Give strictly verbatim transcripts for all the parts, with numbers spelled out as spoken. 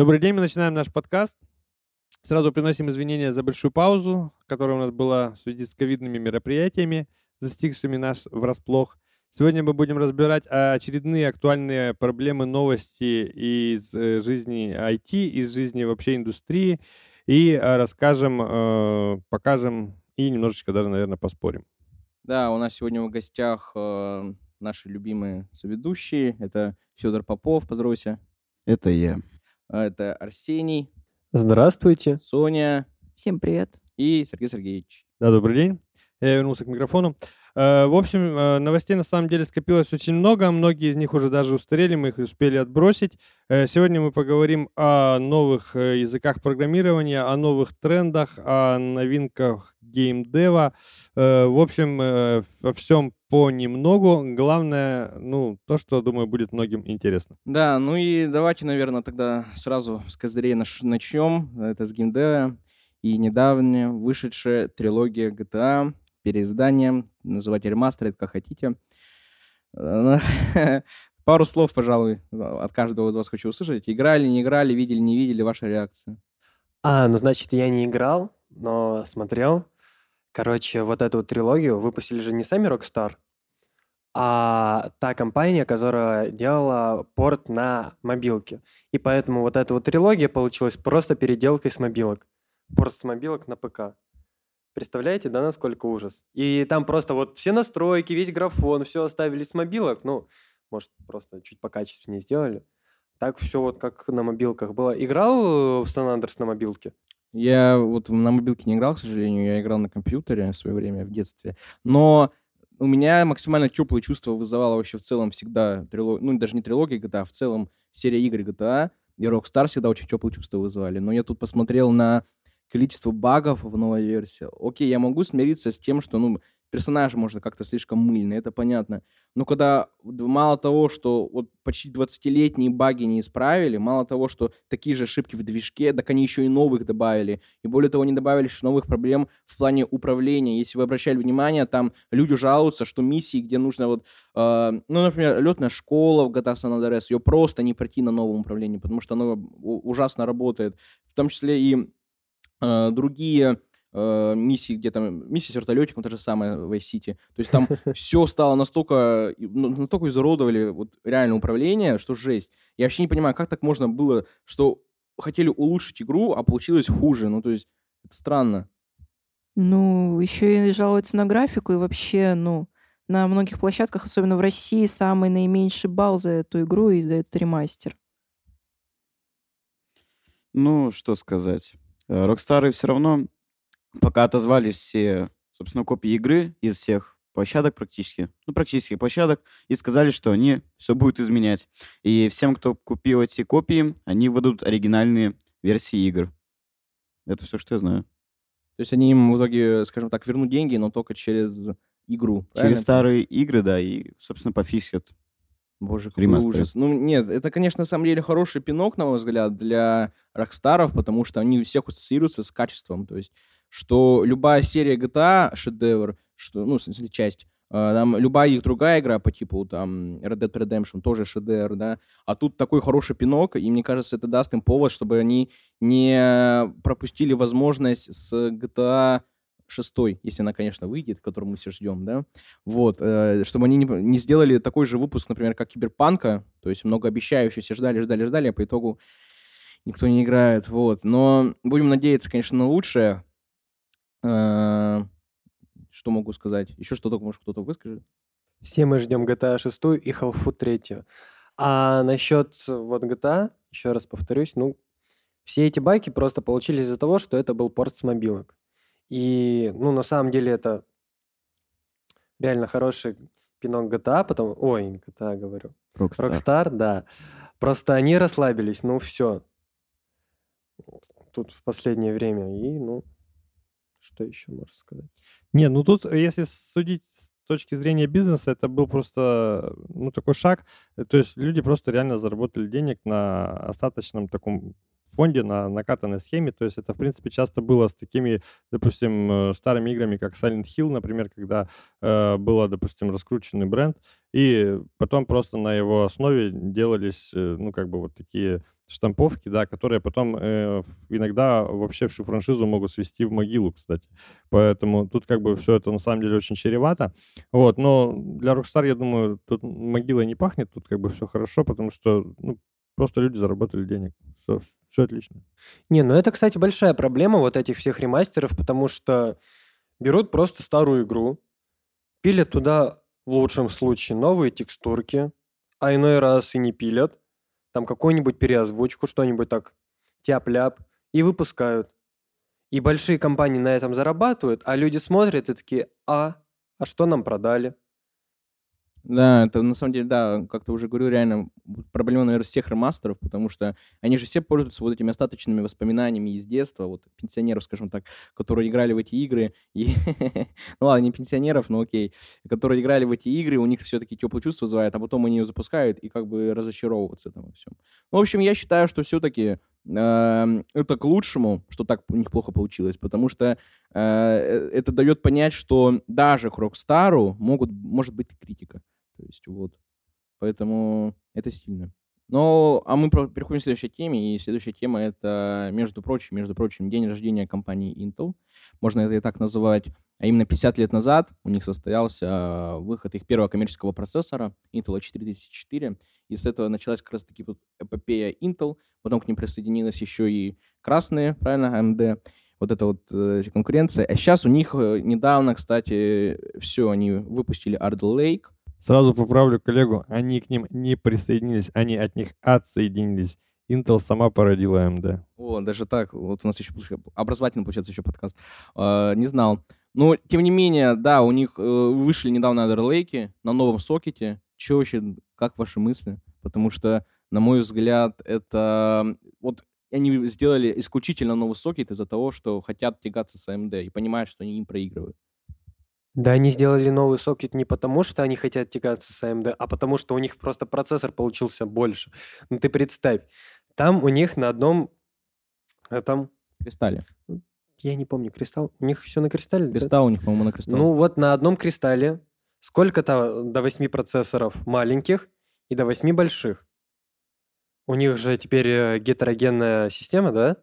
Добрый день, мы начинаем наш подкаст. Сразу приносим извинения за большую паузу, которая у нас была в связи с ковидными мероприятиями, застигшими нас врасплох. Сегодня мы будем разбирать очередные актуальные проблемы, новости из э, жизни ай ти, из жизни вообще индустрии. И э, расскажем, э, покажем и немножечко даже, наверное, поспорим. Да, у нас сегодня в гостях э, наши любимые соведущие. Это Федор Попов, поздоровайся. Это я. А, Это Арсений, Здравствуйте. Соня Всем привет. и Сергей Сергеевич. Да, добрый день. Я вернулся к микрофону. Э, В общем, э, новостей на самом деле скопилось очень много. Многие из них уже даже устарели, мы их успели отбросить. Э, Сегодня мы поговорим о новых э, языках программирования, о новых трендах, о новинках геймдева. Э, В общем, э, во всем понемногу. Главное, ну, то, что, думаю, будет многим интересно. Да, ну и давайте, наверное, тогда сразу с козырей наш- начнем. Это с геймдева. И недавно вышедшая трилогия джи ти эй, переиздание, называйте ремастер, это как хотите. Э, Пару слов, пожалуй, от каждого из вас хочу услышать. Играли, не играли, видели, не видели, ваша реакция. А, ну значит, я не играл, но смотрел. Короче, вот эту трилогию выпустили же не сами Rockstar, а та компания, которая делала порт на мобилки. И поэтому вот эта вот трилогия получилась просто переделкой с мобилок. Порт с мобилок на ПК. Представляете, да, насколько ужас? И там просто вот все настройки, весь графон, все оставили с мобилок. Ну, может, просто чуть покачественнее сделали. Так все вот как на мобилках было. Играл э, в San Andreas на мобилке? Я вот на мобилке не играл, к сожалению, я играл на компьютере в свое время, в детстве. Но у меня максимально теплые чувства вызывала вообще в целом всегда трилогия, ну даже не трилогия джи ти эй, а в целом серия игр джи ти эй, и Rockstar всегда очень теплые чувства вызывали. Но я тут посмотрел на количество багов в новой версии. Окей, я могу смириться с тем, что, ну, персонаж может как-то слишком мыльный, это понятно. Но когда д- мало того, что вот почти двадцатилетние баги не исправили, мало того, что такие же ошибки в движке, так они еще и новых добавили. И более того, они добавили еще новых проблем в плане управления. Если вы обращали внимание, там люди жалуются, что миссии, где нужно вот, э, ну, например, летная школа в джи ти эй San Andreas, ее просто не пройти на новом управлении, потому что оно у- ужасно работает. В том числе и э, другие э, миссии, где там миссии с вертолетиком, то же самое в Vice City. То есть там все стало настолько, и- ну, настолько изуродовали вот реально управление, что жесть. Я вообще не понимаю, как так можно было, что хотели улучшить игру, а получилось хуже. Ну, то есть это странно. Ну, еще и жалуются на графику, и вообще, ну, на многих площадках, особенно в России, самый наименьший балл за эту игру и за этот ремастер. Ну, что сказать. Э, Рокстары все равно пока отозвали все, собственно, копии игры из всех площадок практически, ну, практически площадок, и сказали, что они все будут изменять. И всем, кто купил эти копии, они выдадут оригинальные версии игр. Это все, что я знаю. То есть они им в итоге, скажем так, вернут деньги, но только через игру. правильно я Через понимаю? старые игры, да, и, собственно, пофиксят. Боже, какой Ремастеры. ужас. Ну, нет, это, конечно, на самом деле хороший пинок, на мой взгляд, для Рокстаров, потому что они у всех ассоциируются с качеством. То есть, что любая серия джи ти эй шедевр, что, ну, в смысле, часть, а, там, любая их другая игра по типу там Red Dead Redemption тоже шедевр, да, а тут такой хороший пинок, и мне кажется, это даст им повод, чтобы они не пропустили возможность с джи ти эй шестой, если она, конечно, выйдет, которую мы все ждем, да, вот, э, чтобы они не, не сделали такой же выпуск, например, как Киберпанка, то есть многообещающий, все ждали, ждали, ждали, а по итогу никто не играет, вот. Но будем надеяться, конечно, на лучшее. Э, Что могу сказать? Еще что-то, может, кто-то выскажет? Все мы ждем джи ти эй шесть и Half-Life три. А насчет вот джи ти эй, еще раз повторюсь, ну, все эти байки просто получились из-за того, что это был порт с мобилок. И, ну, на самом деле это реально хороший пинок джи ти эй, потом... Ой, джи ти эй говорю. Rockstar. Rockstar, да. Просто они расслабились, ну, все. Тут в последнее время. И, ну, что еще можно сказать? Не, ну тут, если судить с точки зрения бизнеса, это был просто, ну, такой шаг. Э, То есть люди просто реально заработали денег на остаточном таком фонде, на накатанной схеме. То есть это, в принципе, часто было с такими, допустим, э, старыми играми, как Silent Hill, например, когда э, был, допустим, раскрученный бренд, и потом просто на его основе делались, э, ну, как бы вот такие штамповки, да, которые потом э, иногда вообще всю франшизу могут свести в могилу, кстати. Поэтому тут как бы все это на самом деле очень чревато. Вот, но для Rockstar, я думаю, тут могилой не пахнет, тут как бы все хорошо, потому что, ну, просто люди заработали денег. Все, все отлично. Не, ну это, кстати, большая проблема вот этих всех ремастеров, потому что берут просто старую игру, пилят туда в лучшем случае новые текстурки, а иной раз и не пилят, там какую-нибудь переозвучку, что-нибудь так тяп-ляп, и выпускают. И большие компании на этом зарабатывают, а люди смотрят и такие, а, а что нам продали? Да, это на самом деле, да, как ты уже говорил, реально вот проблема, наверное, всех ремастеров, потому что они же все пользуются вот этими остаточными воспоминаниями из детства, вот пенсионеров, скажем так, которые играли в эти игры, и, ну ладно, не пенсионеров, но окей, которые играли в эти игры, у них все-таки теплые чувства вызывают, а потом они ее запускают и как бы разочаровываются там во всем. В общем, я считаю, что все-таки э, это к лучшему, что так у них плохо получилось, потому что э, это дает понять, что даже к Rockstar могут, может быть критика. То есть вот, поэтому это сильно. Ну, а мы про- переходим к следующей теме, и следующая тема — это, между прочим, между прочим, день рождения компании Intel. Можно это и так называть. А именно пятьдесят лет назад у них состоялся а, выход их первого коммерческого процессора Intel четыре тысячи четыре, и с этого началась как раз-таки вот эпопея Intel. Потом к ним присоединилась еще и красные, правильно, эй эм ди. Вот эта вот э, конкуренция. А сейчас у них э, недавно, кстати, все, они выпустили Alder Lake. Сразу поправлю коллегу, они к ним не присоединились, они от них отсоединились. Intel сама породила эй эм ди. О, даже так. Вот у нас еще образовательный, получается, еще подкаст. Э, не знал. Но, тем не менее, да, у них э, вышли недавно Alder Lake на новом сокете. Че вообще, как ваши мысли? Потому что, на мой взгляд, это... Вот они сделали исключительно новый сокет из-за того, что хотят тягаться с эй эм ди и понимают, что они им проигрывают. Да, они сделали новый сокет не потому, что они хотят тягаться с эй эм ди, а потому что у них просто процессор получился больше. Ну ты представь, там у них на одном, а там, Кристалле. я не помню, кристалл, у них все на кристалле? да? Кристалл у них, по-моему, на кристалл. Ну вот на одном кристалле сколько-то до восьми процессоров маленьких и до восьми больших. У них же теперь э, гетерогенная система, да?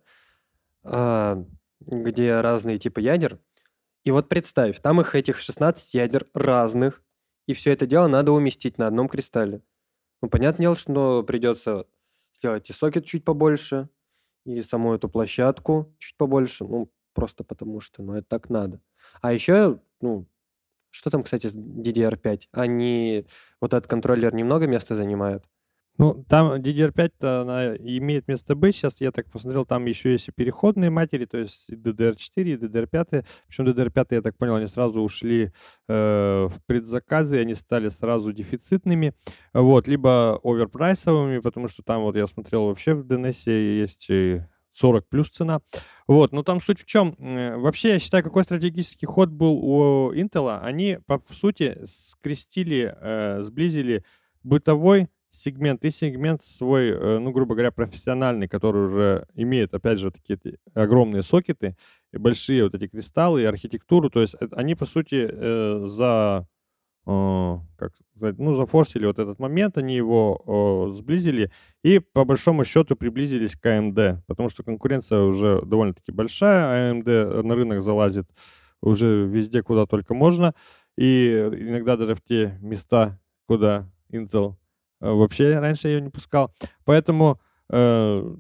А, где разные типы ядер. И вот представь, там их этих шестнадцать ядер разных, и все это дело надо уместить на одном кристалле. Ну, понятное дело, что придется сделать и сокет чуть побольше, и саму эту площадку чуть побольше, ну, просто потому что, ну, это так надо. А еще, ну, что там, кстати, с ди ди ар пять? Они, вот этот контроллер немного места занимает? Ну, там ди ди ар пять-то она имеет место быть. Сейчас я так посмотрел, там еще есть и переходные матери, то есть и ди ди ар четыре, и ди ди ар пять. Причем ди ди ар пять, я так понял, они сразу ушли э, в предзаказы, они стали сразу дефицитными, вот, либо оверпрайсовыми, потому что там, вот я смотрел, вообще в ди эн эс есть и сорок плюс цена. Вот, но там суть в чем? Э, Вообще, я считаю, какой стратегический ход был у Intel. Они, по сути, скрестили, э, сблизили бытовой сегмент и сегмент свой, э, ну, грубо говоря, профессиональный, который уже имеет, опять же, такие т- огромные сокеты, и большие вот эти кристаллы и архитектуру. То есть это- они, по сути, э, за, э, как сказать, ну, зафорсили вот этот момент, они его э, сблизили и, по большому счету, приблизились к эй эм ди, потому что конкуренция уже довольно-таки большая, а эй эм ди на рынок залазит уже везде, куда только можно, и иногда даже в те места, куда Intel э, вообще раньше ее не пускал. Поэтому э,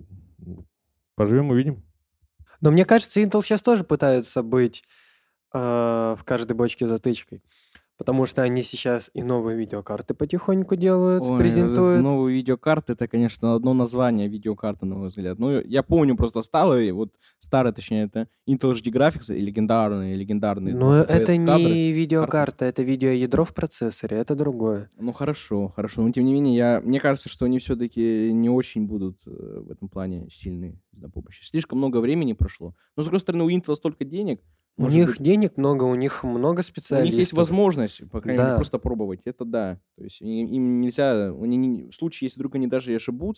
поживем, увидим. Но мне кажется, Intel сейчас тоже пытаются быть э, в каждой бочке затычкой. Потому что они сейчас и новые видеокарты потихоньку делают, Ой, презентуют. вот новые видеокарты — это, конечно, одно название видеокарты, на мой взгляд. Ну, я помню просто старые, вот старые, точнее, это Intel эйч ди Graphics, и легендарные, легендарные. Но вот это эф пи эс-кадры. не видеокарта, это видеоядро в процессоре, это другое. Ну, хорошо, хорошо. Но, тем не менее, я, мне кажется, что они все-таки не очень будут э, в этом плане сильны на помощи. Слишком много времени прошло. Но, с другой стороны, у Intel столько денег. У может них быть, денег много, у них много у специалистов. них есть возможность, по крайней мере, Да. просто пробовать. Это да. То есть им, им нельзя... Они не- в случае, если вдруг они даже и ошибутся,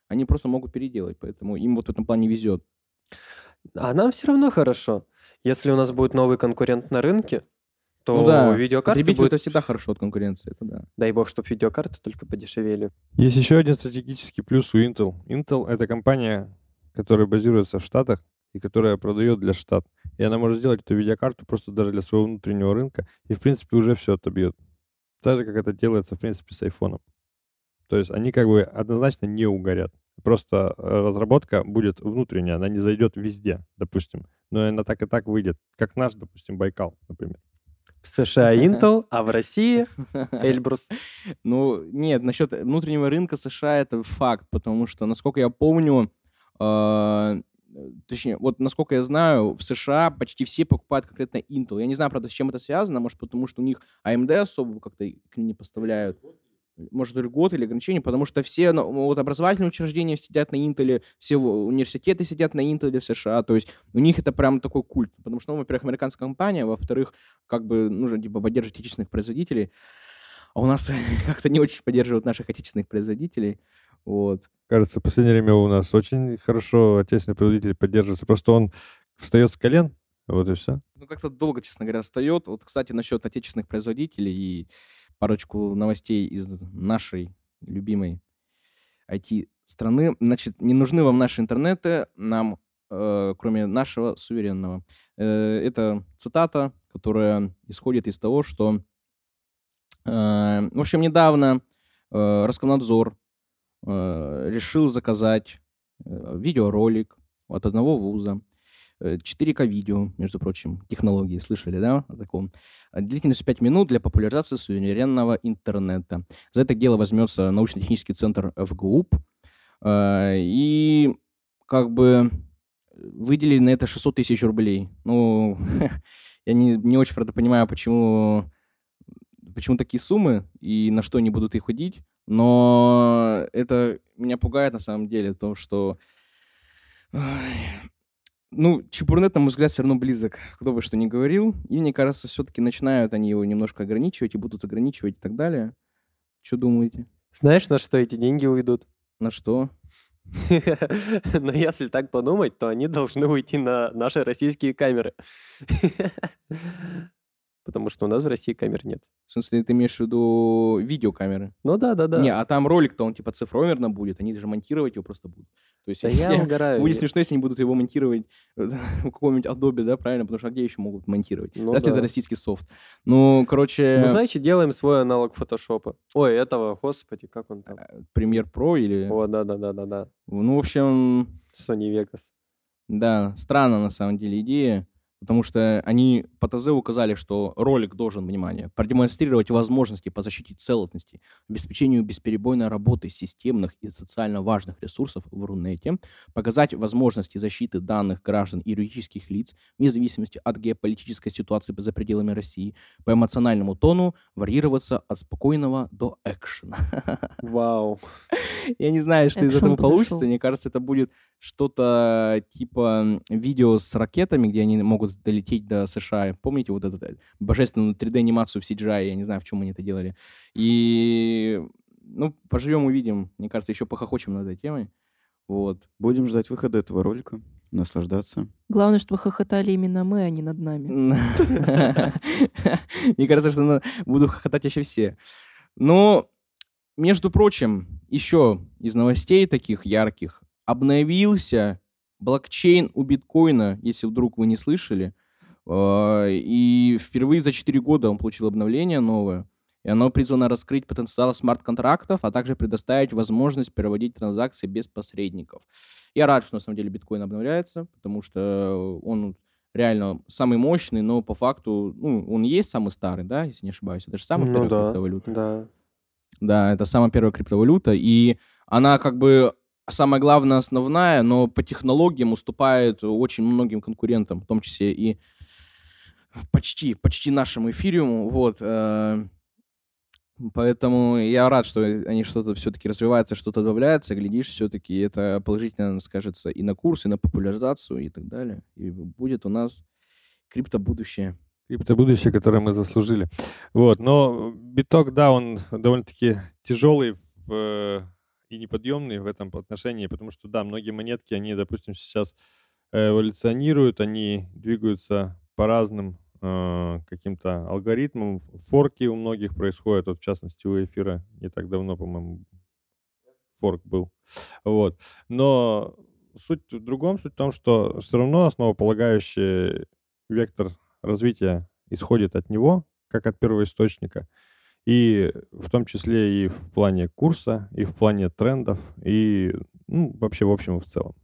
они просто могут переделать, поэтому им вот в этом плане везет. А нам все равно хорошо. Если у нас будет новый конкурент на рынке, то Ну да, видеокарты потребителю будут... это всегда хорошо от конкуренции, это да. Дай бог, чтобы видеокарты только подешевели. Есть еще один стратегический плюс у Intel. Intel — это компания, которая базируется в Штатах и которая продает для Штат. И она может сделать эту видеокарту просто даже для своего внутреннего рынка, и, в принципе, уже все отобьет. Так же, как это делается, в принципе, с айфоном. То есть они как бы однозначно не угорят. Просто разработка будет внутренняя, она не зайдет везде, допустим. Но она так и так выйдет, как наш, допустим, Байкал, например. В США Intel, а в России Эльбрус. Ну, нет, насчет внутреннего рынка США это факт, потому что, насколько я помню, э, точнее, вот насколько я знаю, в США почти все покупают конкретно Intel. Я не знаю, правда, с чем это связано, может, потому что у них эй эм ди особо как-то к ним не поставляют. Может, льготы или ограничения, потому что все ну, вот образовательные учреждения сидят на Intel, все университеты сидят на Intel в США, то есть у них это прям такой культ, потому что, ну, во-первых, американская компания, во-вторых, как бы нужно типа поддерживать отечественных производителей, а у нас как-то не очень поддерживают наших отечественных производителей, вот. Кажется, в последнее время у нас очень хорошо отечественный производитель поддерживается, просто он встает с колен, вот и все. Ну, как-то долго, честно говоря, встает. Вот, кстати, насчет отечественных производителей и парочку новостей из нашей любимой ай ти-страны. Значит, не нужны вам наши интернеты, нам, э, кроме нашего суверенного. Э, это цитата, которая исходит из того, что, э, в общем, недавно э, Роскомнадзор э, решил заказать э, видеоролик от одного вуза, четыре ка-видео, между прочим, технологии, слышали, да, о таком? Длительностью пять минут для популяризации суверенного интернета. За это дело возьмется научно-технический центр эф гэ у пэ, и как бы выделили на это шестьсот тысяч рублей. Ну, я не, не очень, правда, понимаю, почему, почему такие суммы и на что они будут их уходить, но это меня пугает на самом деле, то, что... Ну, чепурнет, на мой взгляд, все равно близок, кто бы что ни говорил. И, мне кажется, все-таки начинают они его немножко ограничивать и будут ограничивать и так далее. Что думаете? Знаешь, на что эти деньги уйдут? На что? Но если так подумать, то они должны уйти на наши российские камеры. Потому что у нас в России камер нет. В смысле, ты имеешь в виду видеокамеры? Ну да, да, да. Не, а там ролик-то, он типа цифромерно будет, они даже монтировать его просто будут. То есть, Да я угораю. Будет смешно, если они будут его монтировать в каком-нибудь Adobe, да, правильно? Потому что где еще могут монтировать? Ну Вряд ли да. это российский софт. Ну, короче... Ну, значит, делаем свой аналог фотошопа. Ой, этого, господи, как он там? Premiere Pro или... О, да-да-да-да-да. Ну, в общем... Sony Vegas. Да, странно на самом деле идея, потому что они по ТЗ указали, что ролик должен, внимание, продемонстрировать возможности по защите целостности, обеспечению бесперебойной работы системных и социально важных ресурсов в Рунете, показать возможности защиты данных граждан и юридических лиц вне зависимости от геополитической ситуации за пределами России, по эмоциональному тону варьироваться от спокойного до экшена. Вау. Я не знаю, что из Экшен этого подошел. получится. Мне кажется, это будет что-то типа видео с ракетами, где они могут долететь до США. Помните вот эту э, божественную три дэ-анимацию в си джи ай? Я не знаю, в чем они это делали. И, ну, поживем, увидим. Мне кажется, еще похохочем над этой темой. Вот. Будем ждать выхода этого ролика, наслаждаться. Главное, чтобы хохотали именно мы, а не над нами. Мне кажется, что ну, буду хохотать еще все. Но, между прочим, еще из новостей таких ярких обновился блокчейн у биткоина, если вдруг вы не слышали. Э, И впервые за четыре года он получил обновление новое. И оно призвано раскрыть потенциал смарт-контрактов, а также предоставить возможность переводить транзакции без посредников. Я рад, что на самом деле биткоин обновляется, потому что он реально самый мощный, но по факту, ну, он есть самый старый, да, если не ошибаюсь. Это же самая Ну первая да, криптовалюта. да. Да, это самая первая криптовалюта, и она как бы самая главная, основная, но по технологиям уступает очень многим конкурентам, в том числе и почти, почти нашему эфириуму, вот. э, Поэтому я рад, что они что-то все-таки развиваются, что-то добавляется, глядишь, все-таки это положительно скажется и на курс, и на популяризацию, и так далее. И будет у нас криптобудущее. Криптобудущее, которое мы заслужили. Вот, но биток, да, он довольно-таки тяжелый в э, и неподъемный в этом отношении, потому что, да, многие монетки, они, допустим, сейчас э, эволюционируют, они двигаются по разным э, каким-то алгоритмам. Форки у многих происходят, вот в частности у эфира не так давно, по-моему, форк был. Вот. Но суть в другом, суть в том, что все равно основополагающий вектор развития исходит от него, как от первоисточника, и в том числе и в плане курса, и в плане трендов, и ну, вообще в общем и в целом.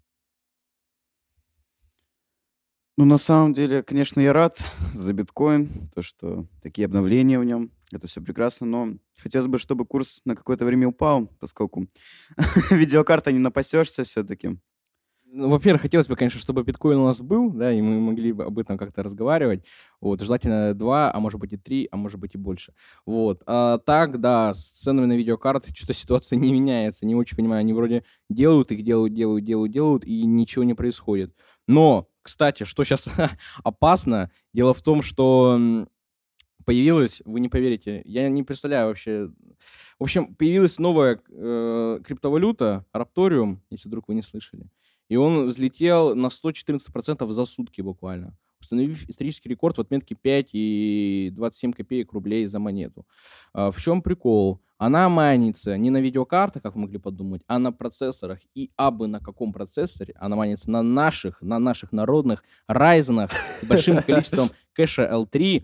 Ну, на самом деле, конечно, я рад за биткоин, то, что такие обновления в нем, это все прекрасно, но хотелось бы, чтобы курс на какое-то время упал, поскольку видеокарта не напасешься все-таки. Ну, во-первых, хотелось бы, конечно, чтобы биткоин у нас был, да, и мы могли бы об этом как-то разговаривать. Вот, желательно два, а может быть и три, а может быть и больше. Вот. А так, да, с ценами на видеокарты что-то ситуация не меняется. Не очень понимаю, они вроде делают их, делают, делают, делают, делают, и ничего не происходит. Но, кстати, что сейчас опасно, дело в том, что появилась, вы не поверите, я не представляю вообще. В общем, появилась новая э, криптовалюта, Raptorium, если вдруг вы не слышали. И он взлетел на сто четырнадцать процентов за сутки буквально, установив исторический рекорд в отметке пять и двадцать семь копеек рублей за монету. А в чем прикол? Она майнится не на видеокартах, как вы могли подумать, а на процессорах. И абы на каком процессоре? Она майнится на наших, на наших народных Ryzen'ах с большим количеством кэша эл три,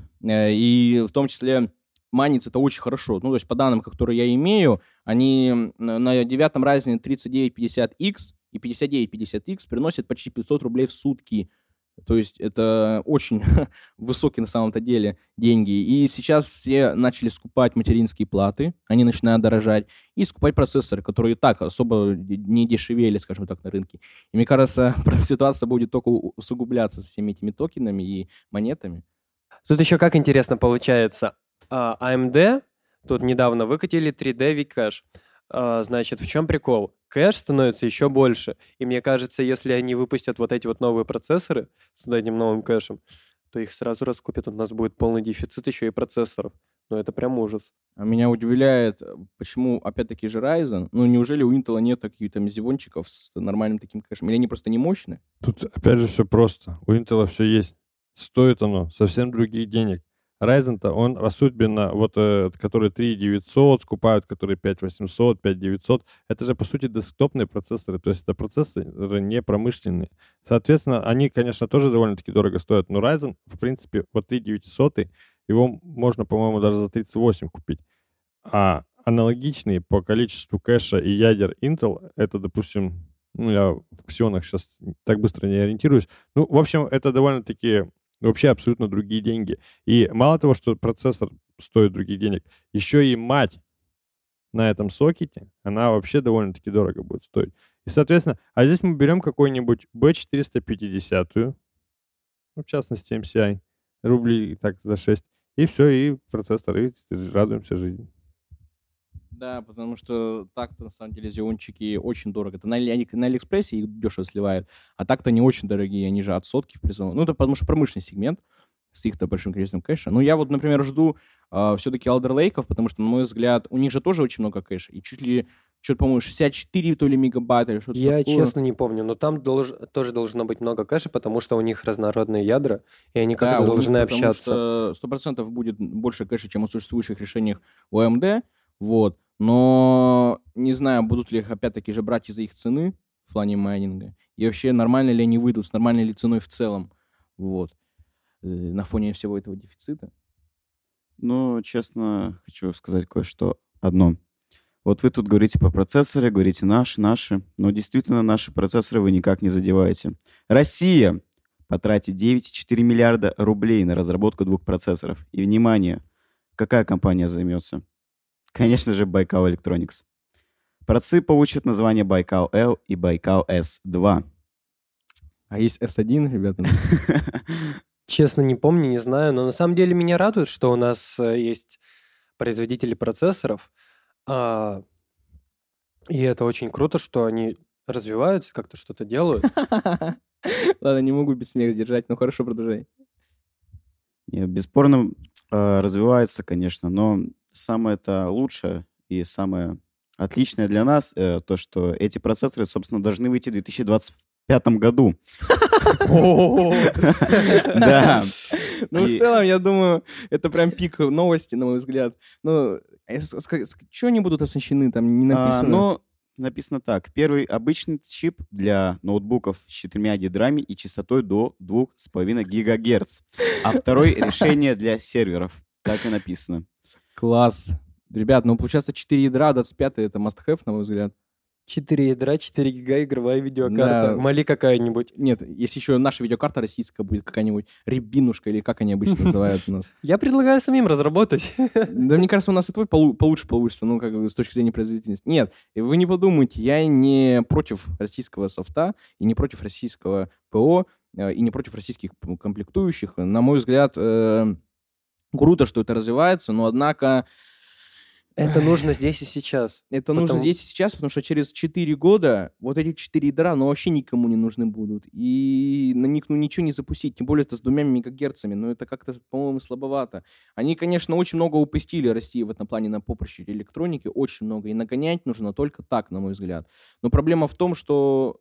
и в том числе майнится это очень хорошо. Ну, то есть по данным, которые я имею, они на девятом Ryzen тридцать девять пятьдесят икс и пятьдесят девять пятьдесят икс приносят почти пятьсот рублей в сутки. То есть это очень высокие на самом-то деле деньги. И сейчас все начали скупать материнские платы, они начинают дорожать, и скупать процессоры, которые и так особо не дешевели, скажем так, на рынке. И мне кажется, ситуация будет только усугубляться со всеми этими токенами и монетами. Тут еще как интересно получается. а эм ди тут недавно выкатили три дэ V-Cache. А, значит, в чем прикол? Кэш становится еще больше. И мне кажется, если они выпустят вот эти вот новые процессоры с этим новым кэшем, то их сразу раскупят. У нас будет полный дефицит еще и процессоров. Ну, это прям ужас. А меня удивляет, почему, опять-таки же, Ryzen, ну, неужели у Intel нет каких-то мизивончиков с нормальным таким кэшем? Или они просто не мощны? Тут, опять же, все просто. У Intel все есть. Стоит оно совсем других денег. Ryzen-то, он особенно, вот, э, который три девятьсот скупают, которые пять восемьсот, пять девятьсот, это же, по сути, десктопные процессоры, то есть это процессоры не промышленные. Соответственно, они, конечно, тоже довольно-таки дорого стоят, но Ryzen, в принципе, вот три девятьсот, его можно, по-моему, даже за тридцать восемь купить. А аналогичные по количеству кэша и ядер Intel, это, допустим, ну, я в Xion'ах сейчас так быстро не ориентируюсь, ну, в общем, это довольно-таки вообще абсолютно другие деньги. И мало того, что процессор стоит других денег, еще и мать на этом сокете, она вообще довольно-таки дорого будет стоить. И, соответственно, а здесь мы берем какой-нибудь би четыреста пятьдесят, ну, в частности, эм си ай, рублей так за шесть, и все, и процессор, и радуемся жизни. Да, потому что так-то, на самом деле, зиончики очень дорого. Это на, Али, на Алиэкспрессе их дешево сливают, а так-то они очень дорогие, они же от сотки в призовом. Ну, это потому что промышленный сегмент с их-то большим количеством кэша. Но я вот, например, жду э, все-таки Alder Lake'ов, потому что, на мой взгляд, у них же тоже очень много кэша. И чуть ли, что-то, по-моему, шестьдесят четыре то ли мегабайта или что-то Я такое. честно не помню, но там долж... тоже должно быть много кэша, потому что у них разнородные ядра, и они как-то да, должны них, общаться. Потому что сто процентов будет больше кэша, чем в существующих решениях у эй эм ди. Вот. Но не знаю, будут ли их опять-таки же брать из-за их цены в плане майнинга. И вообще, нормально ли они выйдут, с нормальной ли ценой в целом. Вот. На фоне всего этого дефицита. Ну, честно, хочу сказать кое-что одно. Вот вы тут говорите по процессоры, говорите наши, наши. Но действительно, наши процессоры вы никак не задеваете. Россия потратит девять целых четыре десятых миллиарда рублей на разработку двух процессоров. И, внимание, какая компания займется? Конечно же, Байкал Electronics. Процы получат название Байкал-Л и Байкал-Эс два. А есть эс один, ребята? Честно, не помню, не знаю, но на самом деле меня радует, что у нас есть производители процессоров. А, и это очень круто, что они развиваются, как-то что-то делают. Ладно, не могу без смеха сдержать, но хорошо, продолжай. Нет, бесспорно, развивается, конечно, но самое-то лучшее и самое отличное для нас э, то, что эти процессоры, собственно, должны выйти в две тысячи двадцать пятом году. Да. Ну, в И- целом, я думаю, это прям пик новости, на мой взгляд. Ну, что они будут оснащены, там не А, написано. Ну, написано так. Первый обычный чип для ноутбуков с четырьмя ядрами и частотой до двух с половиной гигагерц. А второй — решение для серверов. Так и написано. Класс. Ребят, ну, получается, четыре ядра, двадцать пятый это must-have, на мой взгляд. четыре ядра, четыре гига, игровая видеокарта. Да. Мали какая-нибудь. Нет, если еще наша видеокарта российская будет, какая-нибудь рябинушка, или как они обычно называют у нас. Я предлагаю самим разработать. Да, мне кажется, у нас и твой полу- получше получится, ну, как бы с точки зрения производительности. Нет, вы не подумайте, я не против российского софта, и не против российского ПО, э, и не против российских п- комплектующих. На мой взгляд, э, круто, что это развивается, но, однако, Это нужно здесь и сейчас. это нужно Потому- здесь и сейчас, потому что через четыре года вот эти четыре ядра, ну, вообще никому не нужны будут. И на них, ну, ничего не запустить, тем более это с двумя мегагерцами, но это как-то, по-моему, слабовато. Они, конечно, очень много упустили, Россия, в этом плане на поприще электроники, очень много, и нагонять нужно только так, на мой взгляд. Но проблема в том, что...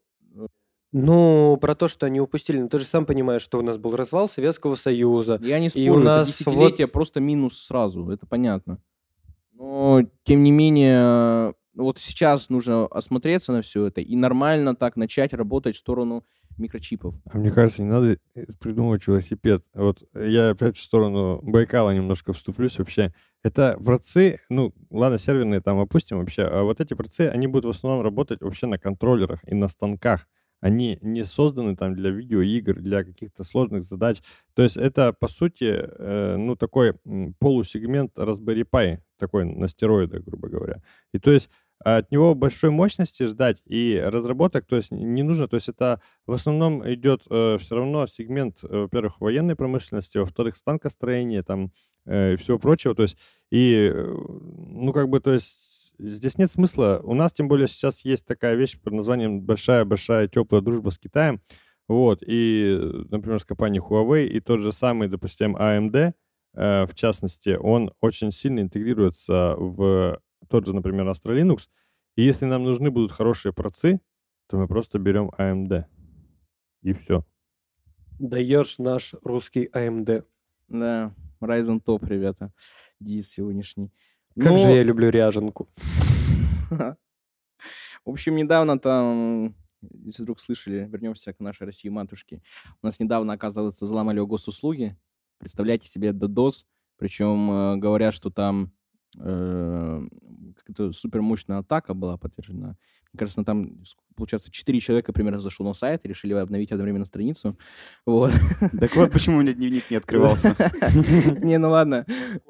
Ну, про то, что они упустили. Ну, ты же сам понимаешь, что у нас был развал Советского Союза. Я не И спорю, у это нас десятилетие просто минус сразу, это понятно. Но, тем не менее, вот сейчас нужно осмотреться на все это и нормально так начать работать в сторону микрочипов. А мне кажется, не надо э, придумывать велосипед. Вот я опять в сторону Байкала немножко вступлюсь вообще. Это процы, ну, ладно, серверные там опустим вообще, а вот эти процы, они будут в основном работать вообще на контроллерах и на станках. Они не созданы там для видеоигр, для каких-то сложных задач. То есть это, по сути, э, ну, такой м, полусегмент Raspberry Pi, такой на стероидах, грубо говоря. И то есть от него большой мощности ждать и разработок, то есть не нужно, то есть это в основном идет э, все равно сегмент, э, во-первых, военной промышленности, во-вторых, станкостроения там э, и всего прочего, то есть и, э, ну, как бы, то есть здесь нет смысла. У нас, тем более, сейчас есть такая вещь под названием большая-большая теплая дружба с Китаем, вот, и, например, с компанией Huawei, и тот же самый, допустим, эй эм ди, э, в частности, он очень сильно интегрируется в тот же, например, Astra Linux, и если нам нужны будут хорошие процы, то мы просто берем эй эм ди, и все. Даешь наш русский эй эм ди. Да, Ryzen Top, ребята, девиз сегодняшний. Как Но- же я люблю ряженку. В общем, недавно там, если вдруг слышали, вернемся к нашей России-матушке. У нас недавно, оказывается, взломали госуслуги. Представляете себе DDoS. Причем э, говорят, что там э, какая-то супермощная атака была подтверждена. Мне кажется, там, ск- получается, четыре человека примерно зашло на сайт и решили обновить одновременно страницу. Вот. Так вот, почему у меня дневник не открывался. Не, ну ладно.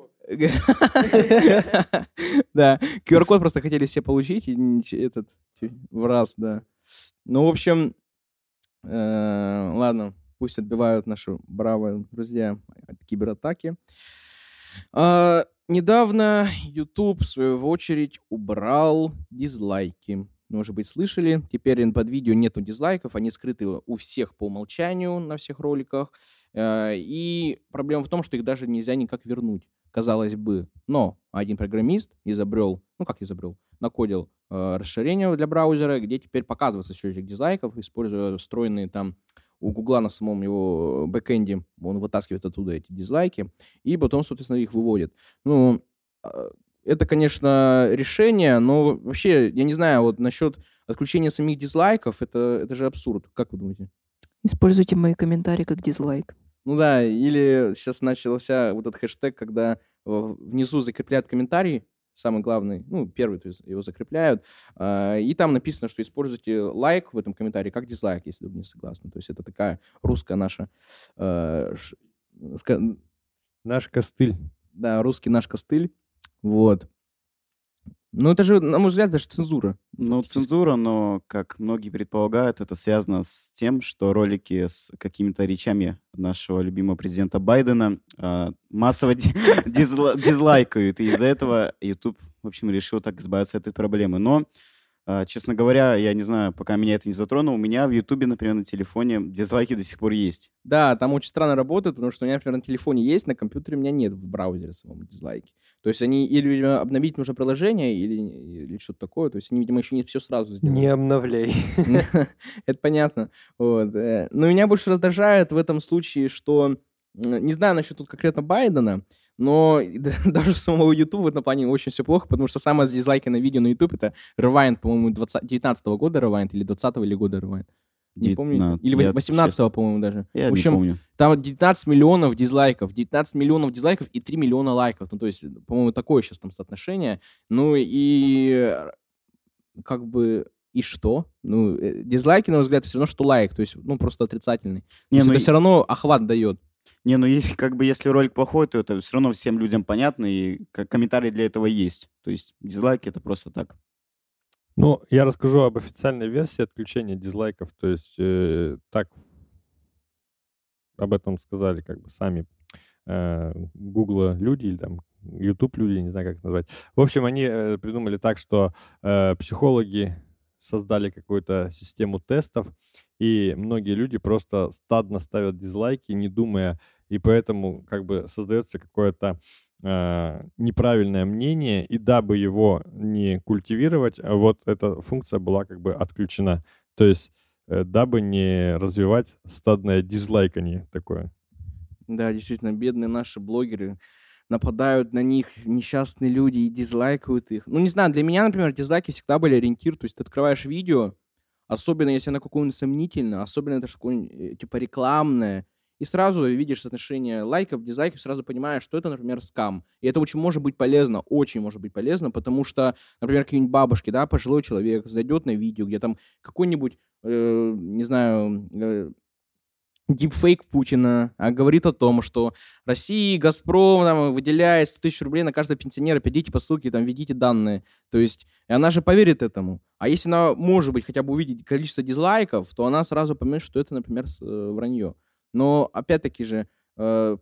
Да, ку ар-код просто хотели все получить, и нич- этот, чё- в раз, да. Ну, в общем, э, ладно, пусть отбивают наши бравые друзья от кибератаки. А, Недавно YouTube, в свою очередь, убрал дизлайки. Может быть, слышали, теперь под видео нету дизлайков, они скрыты у всех по умолчанию на всех роликах. Э, И проблема в том, что их даже нельзя никак вернуть, казалось бы. Но один программист изобрел, ну как изобрел, накодил э, расширение для браузера, где теперь показывается счетчик дизлайков, используя встроенные там у Гугла на самом его бэкэнде, он вытаскивает оттуда эти дизлайки, и потом, собственно, их выводит. Ну, э, это, конечно, решение, но вообще, я не знаю, вот насчет отключения самих дизлайков, это, это же абсурд. Как вы думаете? Используйте мои комментарии как дизлайк. Ну да, или сейчас начался вот этот хэштег, когда э, внизу закрепляют комментарий, самый главный, ну, первый, то есть его закрепляют, э, и там написано, что используйте лайк в этом комментарии как дизлайк, если вы не согласны. То есть это такая русская наша, э, ш- ска- Наш костыль. да, русский наш костыль, вот. Ну, это же, на мой взгляд, это же цензура. Ну, цензура, но, как многие предполагают, это связано с тем, что ролики с какими-то речами нашего любимого президента Байдена а, массово ди- дизла- дизлайкают, и из-за этого YouTube, в общем, решил так избавиться от этой проблемы. Но А, честно говоря, я не знаю, пока меня это не затронуло, у меня в Ютубе, например, на телефоне дизлайки до сих пор есть. Да, там очень странно работает, потому что у меня, например, на телефоне есть, на компьютере у меня нет в браузере самом дизлайки. То есть они или, видимо, обновить нужно приложение, или, или что-то такое. То есть они, видимо, еще не все сразу сделали. Не обновляй. Это понятно. Вот. э. Но меня больше раздражает в этом случае, что, м, не знаю насчет тут конкретно Байдена, но и д- даже у самого YouTube в этом плане очень все плохо, потому что самое дизлайканное видео на YouTube — это Rewind, по-моему, двадцать девятнадцатого года Rewind или двадцатого или года Rewind. Не помню. Девятнадцать. Или Я, восемнадцатого, по-моему, даже. Я В не общем, помню. там девятнадцать миллионов дизлайков, девятнадцать миллионов дизлайков и три миллиона лайков. Ну, то есть, по-моему, такое сейчас там соотношение. Ну, и э, как бы, и что? Ну, э, дизлайки, на мой взгляд, все равно, что лайк. То есть, ну, просто отрицательный. То Не, есть ну это и- все равно охват дает. Не, ну и как бы если ролик плохой, то это все равно всем людям понятно, и к- комментарии для этого есть. То есть дизлайки — это просто так. Ну, я расскажу об официальной версии отключения дизлайков. То есть э, так об этом сказали как бы сами э, Гугла люди или там YouTube люди, не знаю, как это назвать. В общем, они э, придумали так, что э, психологи создали какую-то систему тестов, и многие люди просто стадно ставят дизлайки, не думая, и поэтому как бы создается какое-то э, неправильное мнение, и дабы его не культивировать, а вот эта функция была как бы отключена. То есть э, дабы не развивать стадное дизлайканье такое. Да, действительно, бедные наши блогеры, нападают на них несчастные люди и дизлайкают их. Ну, не знаю, для меня, например, дизлайки всегда были ориентир. То есть ты открываешь видео, особенно если оно какое-нибудь сомнительное, особенно это какое-нибудь, э, типа, рекламное, и сразу видишь соотношение лайков, дизлайков, сразу понимаешь, что это, например, скам. И это очень может быть полезно, очень может быть полезно, потому что, например, какие-нибудь бабушки, да, пожилой человек зайдет на видео, где там какой-нибудь, э, не знаю, э, дипфейк Путина, а говорит о том, что Россия, Газпром там, выделяет сто тысяч рублей на каждого пенсионера, перейдите по ссылке, там, введите данные. То есть, и она же поверит этому. А если она, может быть, хотя бы увидит количество дизлайков, то она сразу поймет, что это, например, с- э, вранье. Но, опять-таки же, э,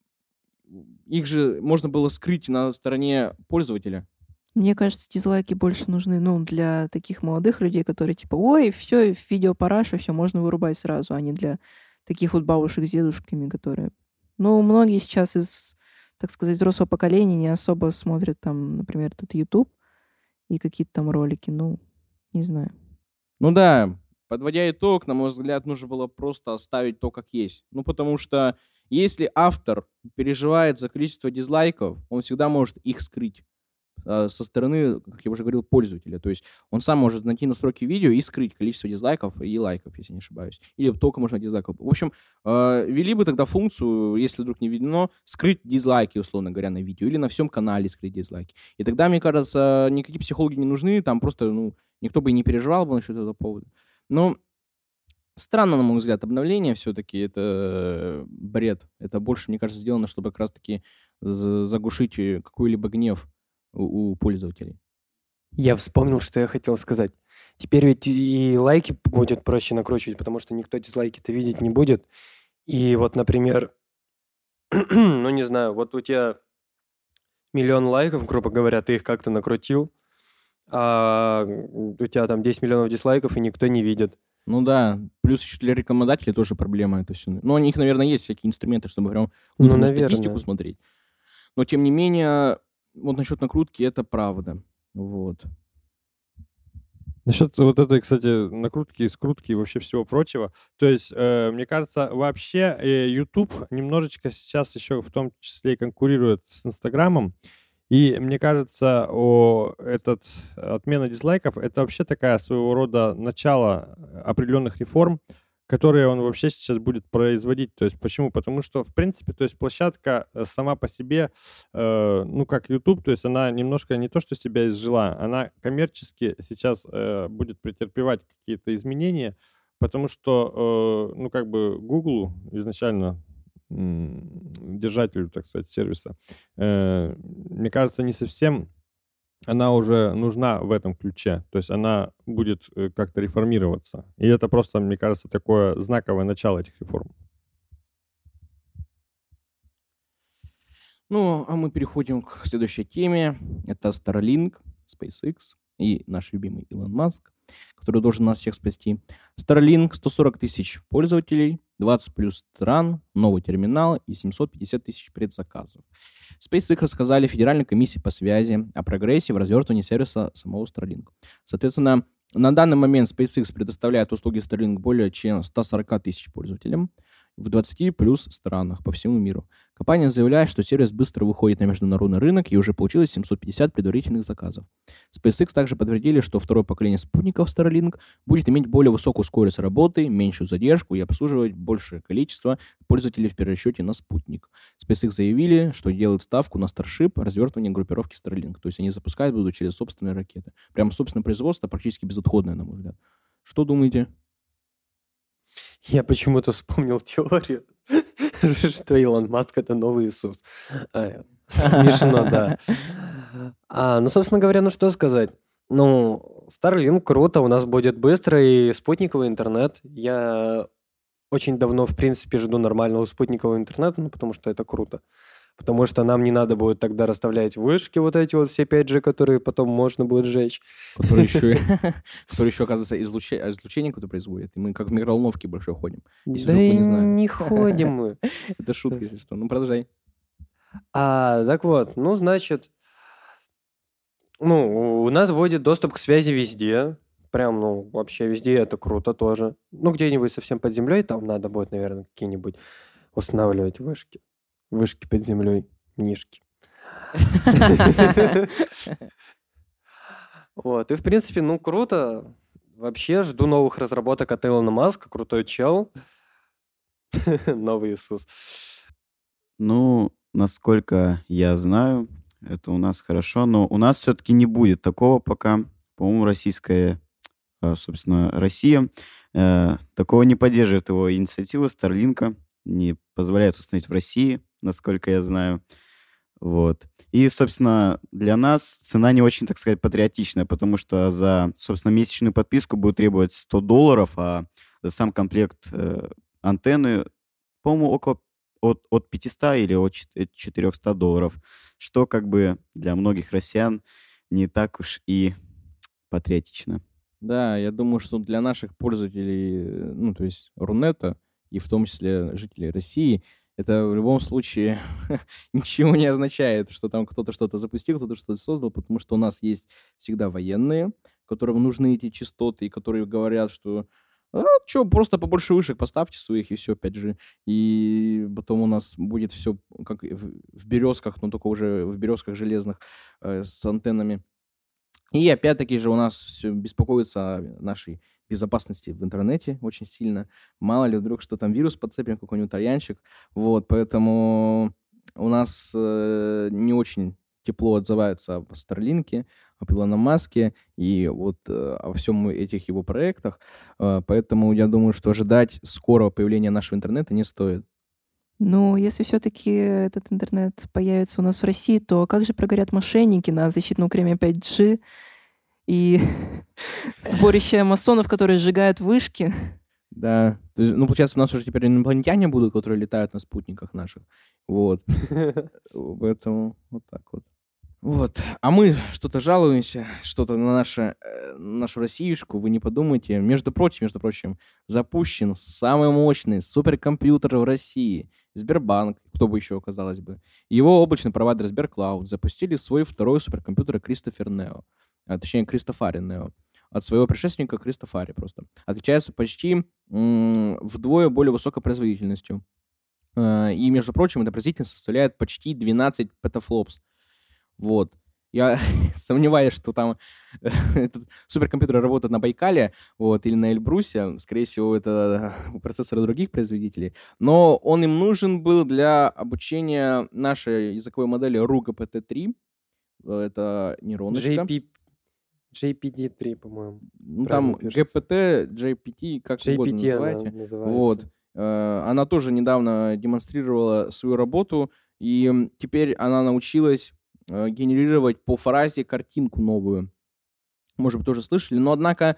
их же можно было скрыть на стороне пользователя. Мне кажется, дизлайки больше нужны, ну, для таких молодых людей, которые типа, ой, все, видео параша, все, можно вырубать сразу, а не для таких вот бабушек с дедушками, которые... Ну, многие сейчас из, так сказать, взрослого поколения не особо смотрят там, например, этот YouTube и какие-то там ролики, ну, не знаю. Ну да, подводя итог, на мой взгляд, нужно было просто оставить то, как есть. Ну, потому что если автор переживает за количество дизлайков, он всегда может их скрыть э, со стороны, как я уже говорил, пользователя. То есть он сам может найти настройки видео и скрыть количество дизлайков и лайков, если не ошибаюсь. Или только можно дизлайков. В общем, э, ввели бы тогда функцию, если вдруг не введено, скрыть дизлайки, условно говоря, на видео. Или на всем канале скрыть дизлайки. И тогда, мне кажется, никакие психологи не нужны. Там просто, ну, никто бы и не переживал бы насчет этого повода. Но странно, на мой взгляд, обновление все-таки. Это бред. Это больше, мне кажется, сделано, чтобы как раз-таки за- заглушить э, какой-либо гнев у, у пользователей. Я вспомнил, что я хотел сказать. Теперь ведь и лайки будет проще накручивать, потому что никто дизлайки-то видеть не будет. И вот, например, ну не знаю, вот у тебя миллион лайков, грубо говоря, ты их как-то накрутил, а у тебя там десять миллионов дизлайков, и никто не видит. Ну да, плюс еще для рекламодателей тоже проблема это все. Ну, у них, наверное, есть всякие инструменты, чтобы прям Ну, внутреннюю наверное. статистику смотреть. Но, тем не менее, вот насчет накрутки это правда. Вот. Насчет вот этой, кстати, накрутки, скрутки и вообще всего прочего. То есть, э, мне кажется, вообще э, YouTube немножечко сейчас еще в том числе и конкурирует с Инстаграмом. И мне кажется, о, этот отмена дизлайков — это вообще такая своего рода начало определенных реформ, которые он вообще сейчас будет производить. То есть почему? Потому что, в принципе, то есть площадка э, сама по себе, э, ну, как YouTube, то есть она немножко не то, что себя изжила, она коммерчески сейчас э, будет претерпевать какие-то изменения, потому что, э, ну, как бы Google изначально м, держателю, так сказать, сервиса, э, мне кажется, не совсем она уже нужна в этом ключе. То есть она будет э, как-то реформироваться. И это просто, мне кажется, такое знаковое начало этих реформ. Ну, а мы переходим к следующей теме. Это Starlink, SpaceX. и наш любимый Илон Маск, который должен нас всех спасти. Starlink, сто сорок тысяч пользователей, двадцать плюс стран, новый терминал и семьсот пятьдесят тысяч предзаказов. SpaceX рассказали Федеральной комиссии по связи о прогрессе в развертывании сервиса самого Starlink. Соответственно, на данный момент SpaceX предоставляет услуги Starlink более чем сто сорок тысяч пользователям в двадцати плюс странах по всему миру. Компания заявляет, что сервис быстро выходит на международный рынок и уже получилось семьсот пятьдесят предварительных заказов. SpaceX также подтвердили, что второе поколение спутников Starlink будет иметь более высокую скорость работы, меньшую задержку и обслуживать большее количество пользователей в перерасчете на спутник. SpaceX заявили, что делают ставку на Starship, развертывание группировки Starlink. То есть они запускают будут через собственные ракеты. Прямо собственное производство, практически безотходное, на мой взгляд. Что думаете? Я почему-то вспомнил теорию, что Илон Маск — это новый Иисус. А, смешно, да. А, ну, собственно говоря, ну что сказать. Ну, Starlink круто, у нас будет быстрый спутниковый интернет. Я очень давно, в принципе, жду нормального спутникового интернета, ну, потому что это круто. Потому что нам не надо будет тогда расставлять вышки, вот эти вот все пять джи, которые потом можно будет сжечь. Которые еще, которые еще оказывается, излучение, излучение какое-то производит. И мы как в микроволновке больше ходим. Да и не ходим мы. Это шутка, если что. Ну, продолжай. А, так вот, ну, значит, ну, у нас будет доступ к связи везде. Прям, ну, вообще везде это круто тоже. Ну, где-нибудь совсем под землей там надо будет, наверное, какие-нибудь устанавливать вышки. Вышки под землей, нишки. Вот, и в принципе, ну, круто. Вообще, жду новых разработок от Илона Маска. Крутой чел. Новый Иисус. Ну, насколько я знаю, это у нас хорошо, но у нас все-таки не будет такого пока. По-моему, российская, собственно, Россия э, такого не поддерживает его инициативу Старлинка, не позволяет установить в России, насколько я знаю. Вот. И, собственно, для нас цена не очень, так сказать, патриотичная, потому что за, собственно, месячную подписку будет требовать сто долларов, а за сам комплект э, антенны, по-моему, около от, от пятисот или от четырехсот долларов, что как бы для многих россиян не так уж и патриотично. Да, я думаю, что для наших пользователей, ну, то есть Рунета, и в том числе жителей России, это в любом случае ничего не означает, что там кто-то что-то запустил, кто-то что-то создал, потому что у нас есть всегда военные, которым нужны эти частоты, и которые говорят, что а, что, просто побольше вышек поставьте своих, и все, пять джи. И потом у нас будет все как в, в березках, но только уже в березках железных э, с антеннами. И опять-таки же у нас все беспокоится о нашей безопасности в интернете очень сильно. Мало ли вдруг, что там вирус подцепим, какой-нибудь итальянчик. Вот, поэтому у нас э, не очень тепло отзывается об Старлинке, об Илоне Маске и вот э, о всем этих его проектах. Э, поэтому я думаю, что ожидать скорого появления нашего интернета не стоит. Ну, если все-таки этот интернет появится у нас в России, то как же прогорят мошенники на защитном креме пять джи и сборище масонов, которые сжигают вышки? Да, то есть, ну, получается, у нас уже теперь инопланетяне будут, которые летают на спутниках наших. Вот. Поэтому вот так вот. Вот. А мы что-то жалуемся, что-то на наше, нашу Россиюшку, вы не подумайте. Между прочим, между прочим, запущен самый мощный суперкомпьютер в России. Сбербанк, кто бы еще, казалось бы. Его облачный провайдер Сберклауд запустили свой второй суперкомпьютер Кристофер Нео. А, точнее, Кристофари Нео. От своего предшественника Кристофари просто. Отличается почти м- вдвое более высокой производительностью. А, и, между прочим, эта производительность составляет почти двенадцать петафлопс. Вот. Я сомневаюсь, что там этот суперкомпьютер работает на Байкале, вот, или на Эльбрусе. Скорее всего, это процессоры других производителей. Но он им нужен был для обучения нашей языковой модели Rugo пи ти три. Это нейроночка. джей пи ди три, по-моему. Ну, там джи пи ти, джей пи ти, как джей пи ти угодно называйте. Вот. Она тоже недавно демонстрировала свою работу, и теперь она научилась генерировать по фразе картинку новую. Может быть, тоже слышали. Но, однако,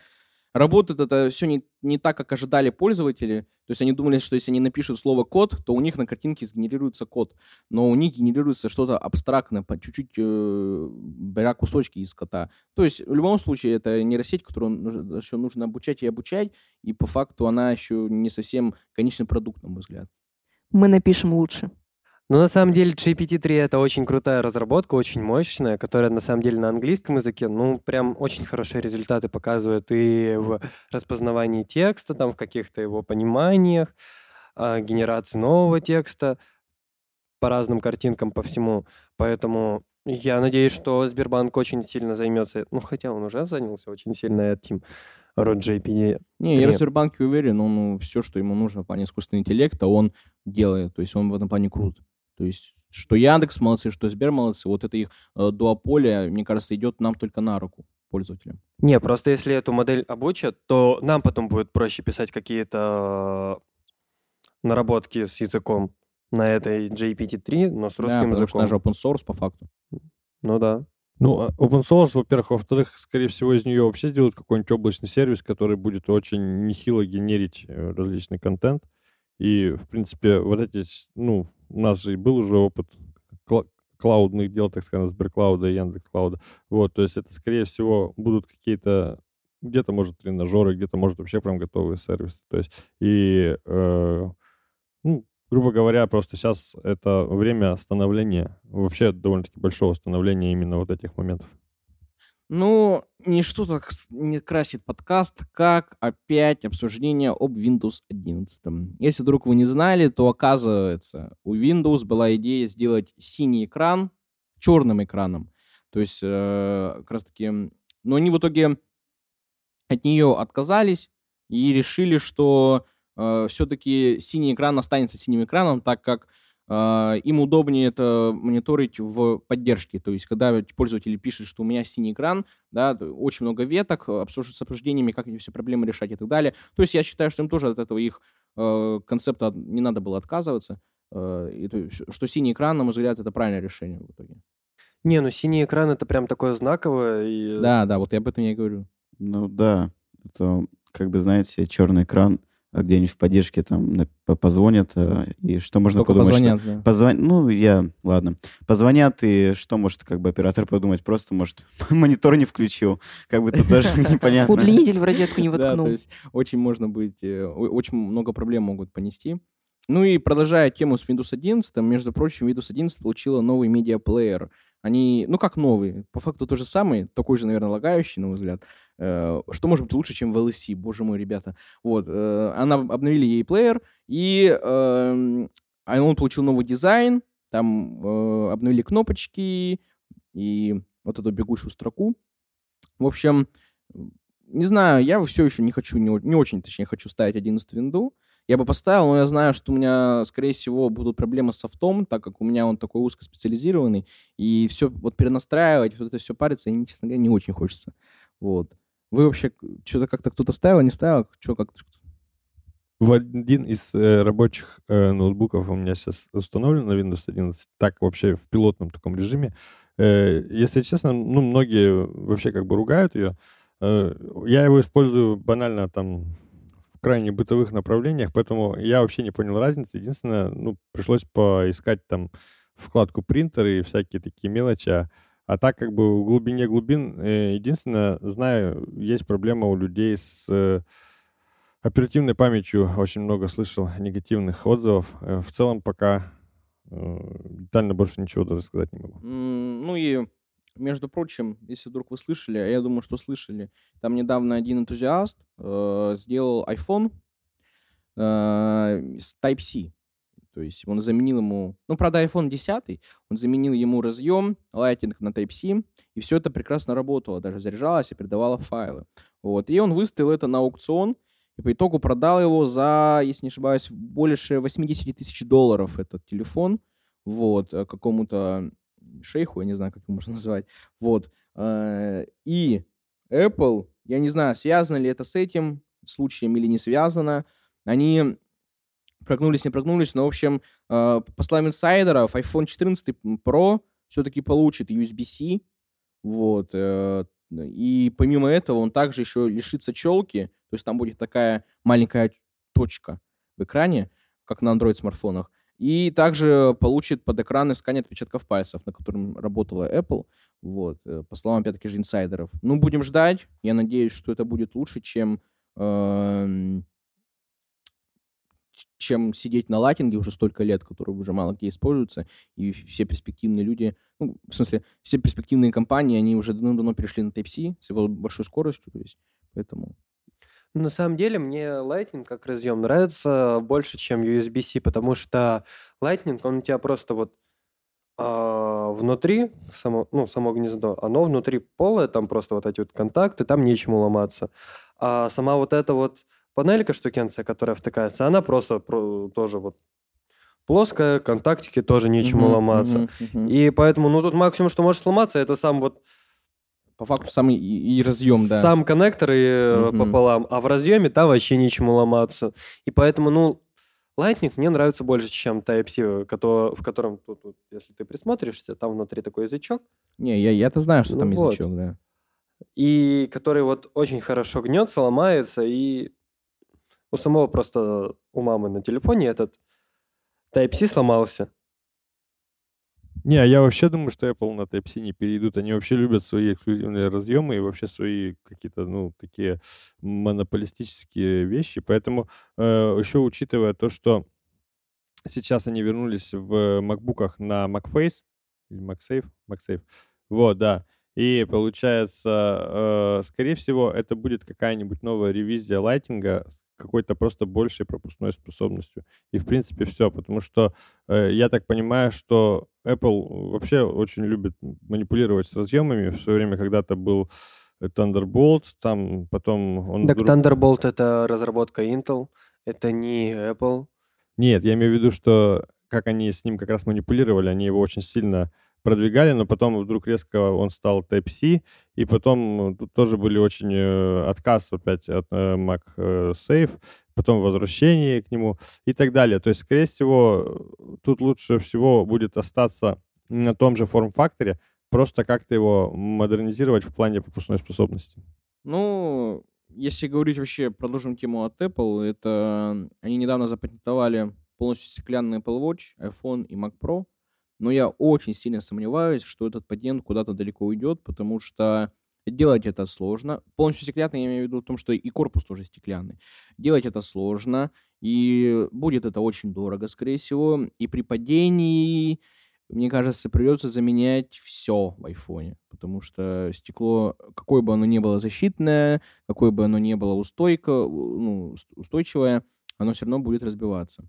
работает это все не, не так, как ожидали пользователи. То есть они думали, что если они напишут слово «код», то у них на картинке сгенерируется код. Но у них генерируется что-то абстрактное, по чуть-чуть э, беря кусочки из кода. То есть в любом случае это нейросеть, которую нужно, еще нужно обучать и обучать, и по факту она еще не совсем конечный продукт, на мой взгляд. Мы напишем лучше. Ну, на самом деле, джи пи ти три — это очень крутая разработка, очень мощная, которая, на самом деле, на английском языке, ну, прям очень хорошие результаты показывает и в распознавании текста, там, в каких-то его пониманиях, а, генерации нового текста по разным картинкам, по всему. Поэтому я надеюсь, что Сбербанк очень сильно займется, ну, хотя он уже занялся очень сильно этим, род джи пи ти три. Не, я в Сбербанке уверен, он ну, все, что ему нужно в плане искусственного интеллекта, он делает. То есть он в этом плане крут. То есть что Яндекс молодцы, что Сбер молодцы, вот это их э, дуополе, мне кажется, идет нам только на руку, пользователям. Не, просто если эту модель обучат, то нам потом будет проще писать какие-то наработки с языком на этой джи пи ти три, но с Да, русским потому что языком. даже open source по факту. Ну да. Ну, а open source, во-первых, во-вторых, скорее всего, из нее вообще сделают какой-нибудь облачный сервис, который будет очень нехило генерить э, различный контент. И, в принципе, вот эти, с- ну, у нас же и был уже опыт кла- клаудных дел, так скажем, Сберклауда и Яндекс.Клауда. Вот, то есть это, скорее всего, будут какие-то, где-то, может, тренажеры, где-то, может, вообще прям готовые сервисы. То есть, и, э, ну, грубо говоря, просто сейчас это время становления, вообще довольно-таки большого становления именно вот этих моментов. Ну, ничто так с- не красит подкаст, как опять обсуждение об Windows одиннадцать. Если вдруг вы не знали, то оказывается, у Windows была идея сделать синий экран черным экраном. То есть, э, как раз таки, м, но они в итоге от нее отказались и решили, что все-таки синий экран останется синим экраном, так как э, им удобнее это мониторить в поддержке. То есть, когда пользователи пишут, что у меня синий экран, да, т- очень много веток, обсуждают с обсуждениями, как эти все проблемы решать и так далее. То есть, я считаю, что им тоже от этого их э, концепта от- не надо было отказываться. Э, и то есть, что синий экран, на мой взгляд, это правильное решение в итоге. Не, ну синий экран — это прям такое знаковое. И... Да, да, вот я об этом я и говорю. Ну да, это, как бы, знаете, черный экран, а где-нибудь в поддержке там на- по- позвонят, а, и что можно Только подумать, позвонят, что... да. Позвон... Ну, я... Ладно. Позвонят, и что может как бы оператор подумать? Просто, может, монитор не включил. Как бы тут даже непонятно. Удлинитель в розетку не Да, воткнул. то есть очень можно быть, э, о- очень много проблем могут понести. Ну и продолжая тему с Windows одиннадцать, между прочим, Windows одиннадцать получила новый медиаплеер. Они, ну как новый, по факту то же самый, такой же, наверное, лагающий, на мой взгляд. Э, Что может быть лучше, чем в эл эс си, боже мой, ребята. Вот, э, она обновили ей плеер, и эм, а он получил новый дизайн, там э, обновили кнопочки и вот эту бегущую строку. В общем, не знаю, я все еще не хочу, не, о- не очень, точнее, хочу ставить одиннадцать винду. Я бы поставил, но я знаю, что у меня, скорее всего, будут проблемы с софтом, так как у меня он такой узкоспециализированный, и все вот перенастраивать, вот это все париться, и, честно говоря, не очень хочется. Вот. Вы вообще что-то как-то кто-то ставил, не ставил? Что как В один из э, рабочих э, ноутбуков у меня сейчас установлен на Windows одиннадцать, так вообще в пилотном таком режиме. Э, если честно, ну, многие вообще как бы ругают ее. Э, я его использую банально там в крайне бытовых направлениях, поэтому я вообще не понял разницы. Единственное, ну, пришлось поискать там вкладку принтеры и всякие такие мелочи. А, а так как бы в глубине глубин, э, единственное, знаю, есть проблема у людей с... э, оперативной памятью очень много слышал негативных отзывов. Э, В целом пока э, детально больше ничего даже сказать не могу. М, Ну и, между прочим, если вдруг вы слышали, а я думаю, что слышали, там недавно один энтузиаст э, сделал iPhone э, с Type-C. То есть он заменил ему, ну, правда, iPhone десять, он заменил ему разъем Lightning на Type-C, и все это прекрасно работало, даже заряжалось и передавало файлы. Вот. И он выставил это на аукцион, и по итогу продал его за, если не ошибаюсь, больше восемьдесят тысяч долларов этот телефон, вот, э, какому-то шейху, я не знаю, как его можно назвать, вот. Э, И Apple, я не знаю, связано ли это с этим случаем или не связано, они прогнулись, не прогнулись, но, в общем, э, по словам инсайдеров, iPhone четырнадцать Pro все-таки получит ю эс би-C, вот, э, И помимо этого он также еще лишится челки, то есть там будет такая маленькая точка в экране, как на Android-смартфонах. И также получит подэкранный сканер отпечатков пальцев, на котором работала Apple, вот, э, по словам, опять-таки же, инсайдеров. Ну, будем ждать. Я надеюсь, что это будет лучше, чем, эм, ч- чем сидеть на лайтинге уже столько лет, который уже мало где используется, и все перспективные люди, ну, в смысле, все перспективные компании, они уже давно перешли на Type-C с его большой скоростью, то есть, поэтому... На самом деле мне Lightning как разъем нравится больше, чем ю эс би-C, потому что Lightning, он у тебя просто вот а, внутри, само, ну, само гнездо, оно внутри полое, там просто вот эти вот контакты, там нечему ломаться. А сама вот эта вот панелька, штукенция, которая втыкается, она просто про- тоже вот плоская, контактики тоже нечему Мгм, ломаться. мгм, мгм. И поэтому, ну, тут максимум, что может сломаться, это сам вот По факту самый и, и разъем, да. сам коннектор и э, Мгм. пополам, а в разъеме там вообще нечему ломаться. И поэтому, ну, Lightning мне нравится больше, чем Type-C, кото- в котором тут, вот, если ты присмотришься, там внутри такой язычок, Не, я, я-то знаю, что Ну там вот. язычок, да. и который вот очень хорошо гнется, ломается, и у самого просто у мамы на телефоне этот Type-C сломался. Не, я вообще думаю, что Apple на Type-C не перейдут. Они вообще любят свои эксклюзивные разъемы и вообще свои какие-то, ну, такие монополистические вещи. Поэтому э, еще учитывая то, что сейчас они вернулись в макбуках на MagFace или MagSafe, MagSafe. Вот, да. И получается, э, скорее всего, это будет какая-нибудь новая ревизия лайтинга с какой-то просто большей пропускной способностью. И, в принципе, все. Потому что э, я так понимаю, что Apple вообще очень любит манипулировать с разъемами. В свое время когда-то был э, Thunderbolt, там потом он Так вдруг... Thunderbolt — это разработка Intel, это не Apple. Нет, я имею в виду, что как они с ним как раз манипулировали, они его очень сильно продвигали, но потом вдруг резко он стал Type-C, и потом э, тут тоже были очень э, отказ опять от э, MagSafe, потом возвращение к нему и так далее. То есть, скорее всего, э, тут лучше всего будет остаться на том же форм-факторе, просто как-то его модернизировать в плане пропускной способности. Ну, если говорить вообще, продолжим тему от Apple, это они недавно запатентовали полностью стеклянный Apple Watch, iPhone и Mac Pro, но я очень сильно сомневаюсь, что этот патент куда-то далеко уйдет, потому что делать это сложно. Полностью стеклянный, я имею в виду в том, что и корпус тоже стеклянный. Делать это сложно, и будет это очень дорого, скорее всего, и при падении, мне кажется, придется заменять все в айфоне, потому что стекло, какое бы оно ни было защитное, какое бы оно ни было устойко, ну, уст- устойчивое, оно все равно будет разбиваться.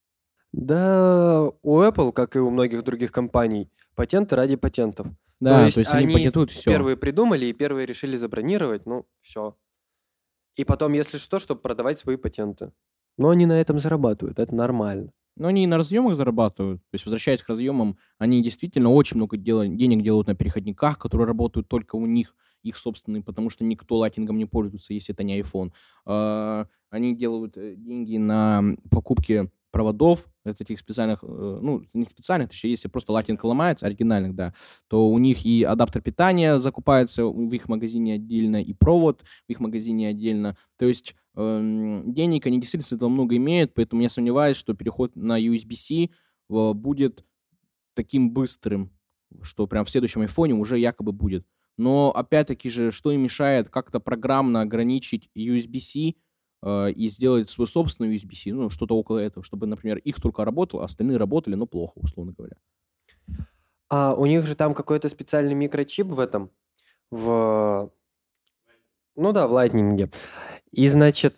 Да, у Apple, как и у многих других компаний, патенты ради патентов. Да, есть то есть они, они патентуют все. Первые придумали и первые решили забронировать, ну, все. И потом, если что, чтобы продавать свои патенты. Но они на этом зарабатывают, это нормально. Но они и на разъемах зарабатывают. То есть, возвращаясь к разъемам, они действительно очень много дела- денег делают на переходниках, которые работают только у них, их собственные, потому что никто лайтингом не пользуется, если это не iPhone. А, Они делают э, деньги на покупке проводов, от этих специальных, э, ну, не специальных, точнее, если просто лайтинг ломается, оригинальных, да, то у них и адаптер питания закупается в их магазине отдельно, и провод в их магазине отдельно. То есть эм, денег они действительно с этого много имеют, поэтому я сомневаюсь, что переход на ю эс би-C э, будет таким быстрым, что прям в следующем айфоне уже якобы будет. Но опять-таки же, что им мешает как-то программно ограничить ю эс би-C э, и сделать свой собственный ю эс би-C, ну, что-то около этого, чтобы, например, их только работал, а остальные работали, но плохо, условно говоря. А у них же там какой-то специальный микрочип в этом, в... Ну да, в Lightning. И значит...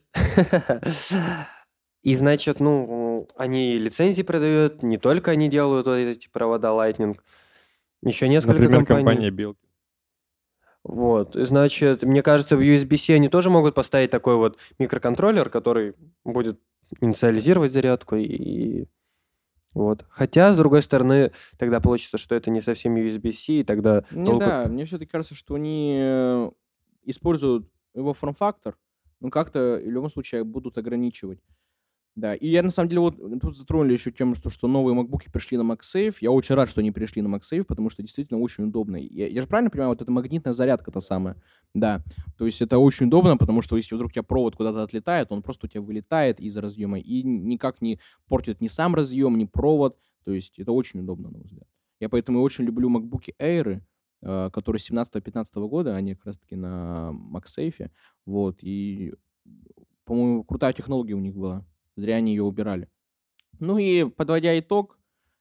И значит, ну, они лицензии продают, не только они делают вот эти провода Lightning, еще несколько Например, компаний. компания Белки. Вот, и значит, мне кажется, в ю эс би-C они тоже могут поставить такой вот микроконтроллер, который будет инициализировать зарядку и вот. Хотя, с другой стороны, тогда получится, что это не совсем ю эс би-C, и тогда Не, толку... да, мне все-таки кажется, что они э, используют его форм-фактор, но как-то в любом случае будут ограничивать. Да, и я на самом деле вот тут затронули еще тему, что, что новые MacBook'и пришли на MagSafe. Я очень рад, что они пришли на MagSafe, потому что действительно очень удобно. Я, я же правильно понимаю, вот эта магнитная зарядка та самая. Да, то есть это очень удобно, потому что если вдруг у тебя провод куда-то отлетает, он просто у тебя вылетает из разъема и никак не портит ни сам разъем, ни провод. То есть это очень удобно, на мой взгляд. Я поэтому очень люблю MacBook'и Air, э, которые с семнадцатого-пятнадцатого года, они как раз-таки на MagSafe. Вот, и, по-моему, крутая технология у них была. Зря они ее убирали. Ну и подводя итог,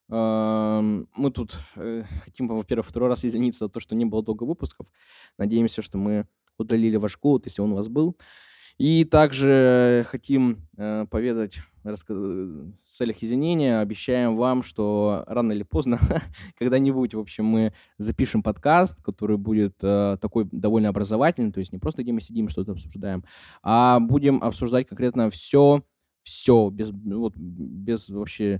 э, мы тут э, хотим, во-первых, второй раз извиниться за то, что не было долго выпусков. Надеемся, что мы удалили ваш голод, если он у вас был. И также хотим э, поведать раска- в целях извинения, обещаем вам, что рано или поздно, когда-нибудь, в общем, мы запишем подкаст, который будет э, такой довольно образовательный, то есть не просто, где мы сидим, что-то обсуждаем, а будем обсуждать конкретно все, все, без, вот, без вообще,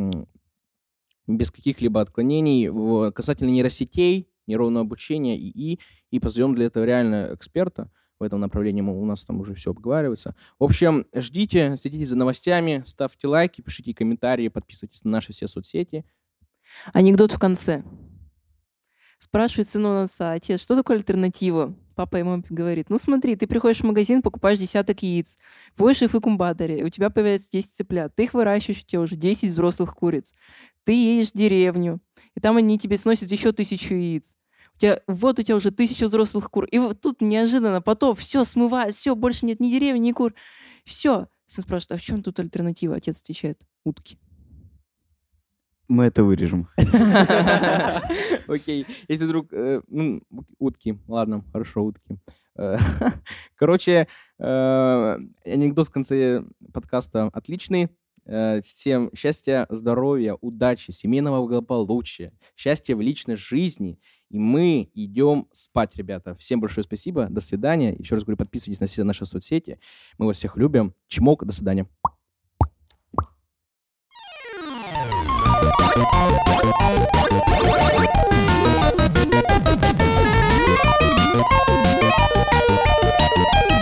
без каких-либо отклонений в, касательно нейросетей, нейронного обучения, ИИ, и позовем для этого реально эксперта. В этом направлении у нас там уже все обговаривается. В общем, ждите, следите за новостями, ставьте лайки, пишите комментарии, подписывайтесь на наши все соцсети. Анекдот в конце. Спрашивает сыном отца: отец, что такое альтернатива? Папа ему говорит: ну смотри, ты приходишь в магазин, покупаешь десяток яиц, вводишь их в инкубаторе, у тебя появляется десять цыплят, ты их выращиваешь, у тебя уже десять взрослых куриц. Ты едешь в деревню, и там они тебе сносят еще тысячу яиц. У тебя, вот у тебя уже тысяча взрослых кур. И вот тут неожиданно потоп, все смывает, все, больше нет ни деревни, ни кур. Все. Сын спрашивает: а в чем тут альтернатива? Отец отвечает: утки. Мы это вырежем. Окей. Если вдруг... э, ну, утки. Ладно, хорошо, утки. Э, Короче, э, анекдот в конце подкаста отличный. Э, Всем счастья, здоровья, удачи, семейного благополучия, счастья в личной жизни. И мы идем спать, ребята. Всем большое спасибо. До свидания. Еще раз говорю, подписывайтесь на все наши соцсети. Мы вас всех любим. Чмок. До свидания. We'll be right back.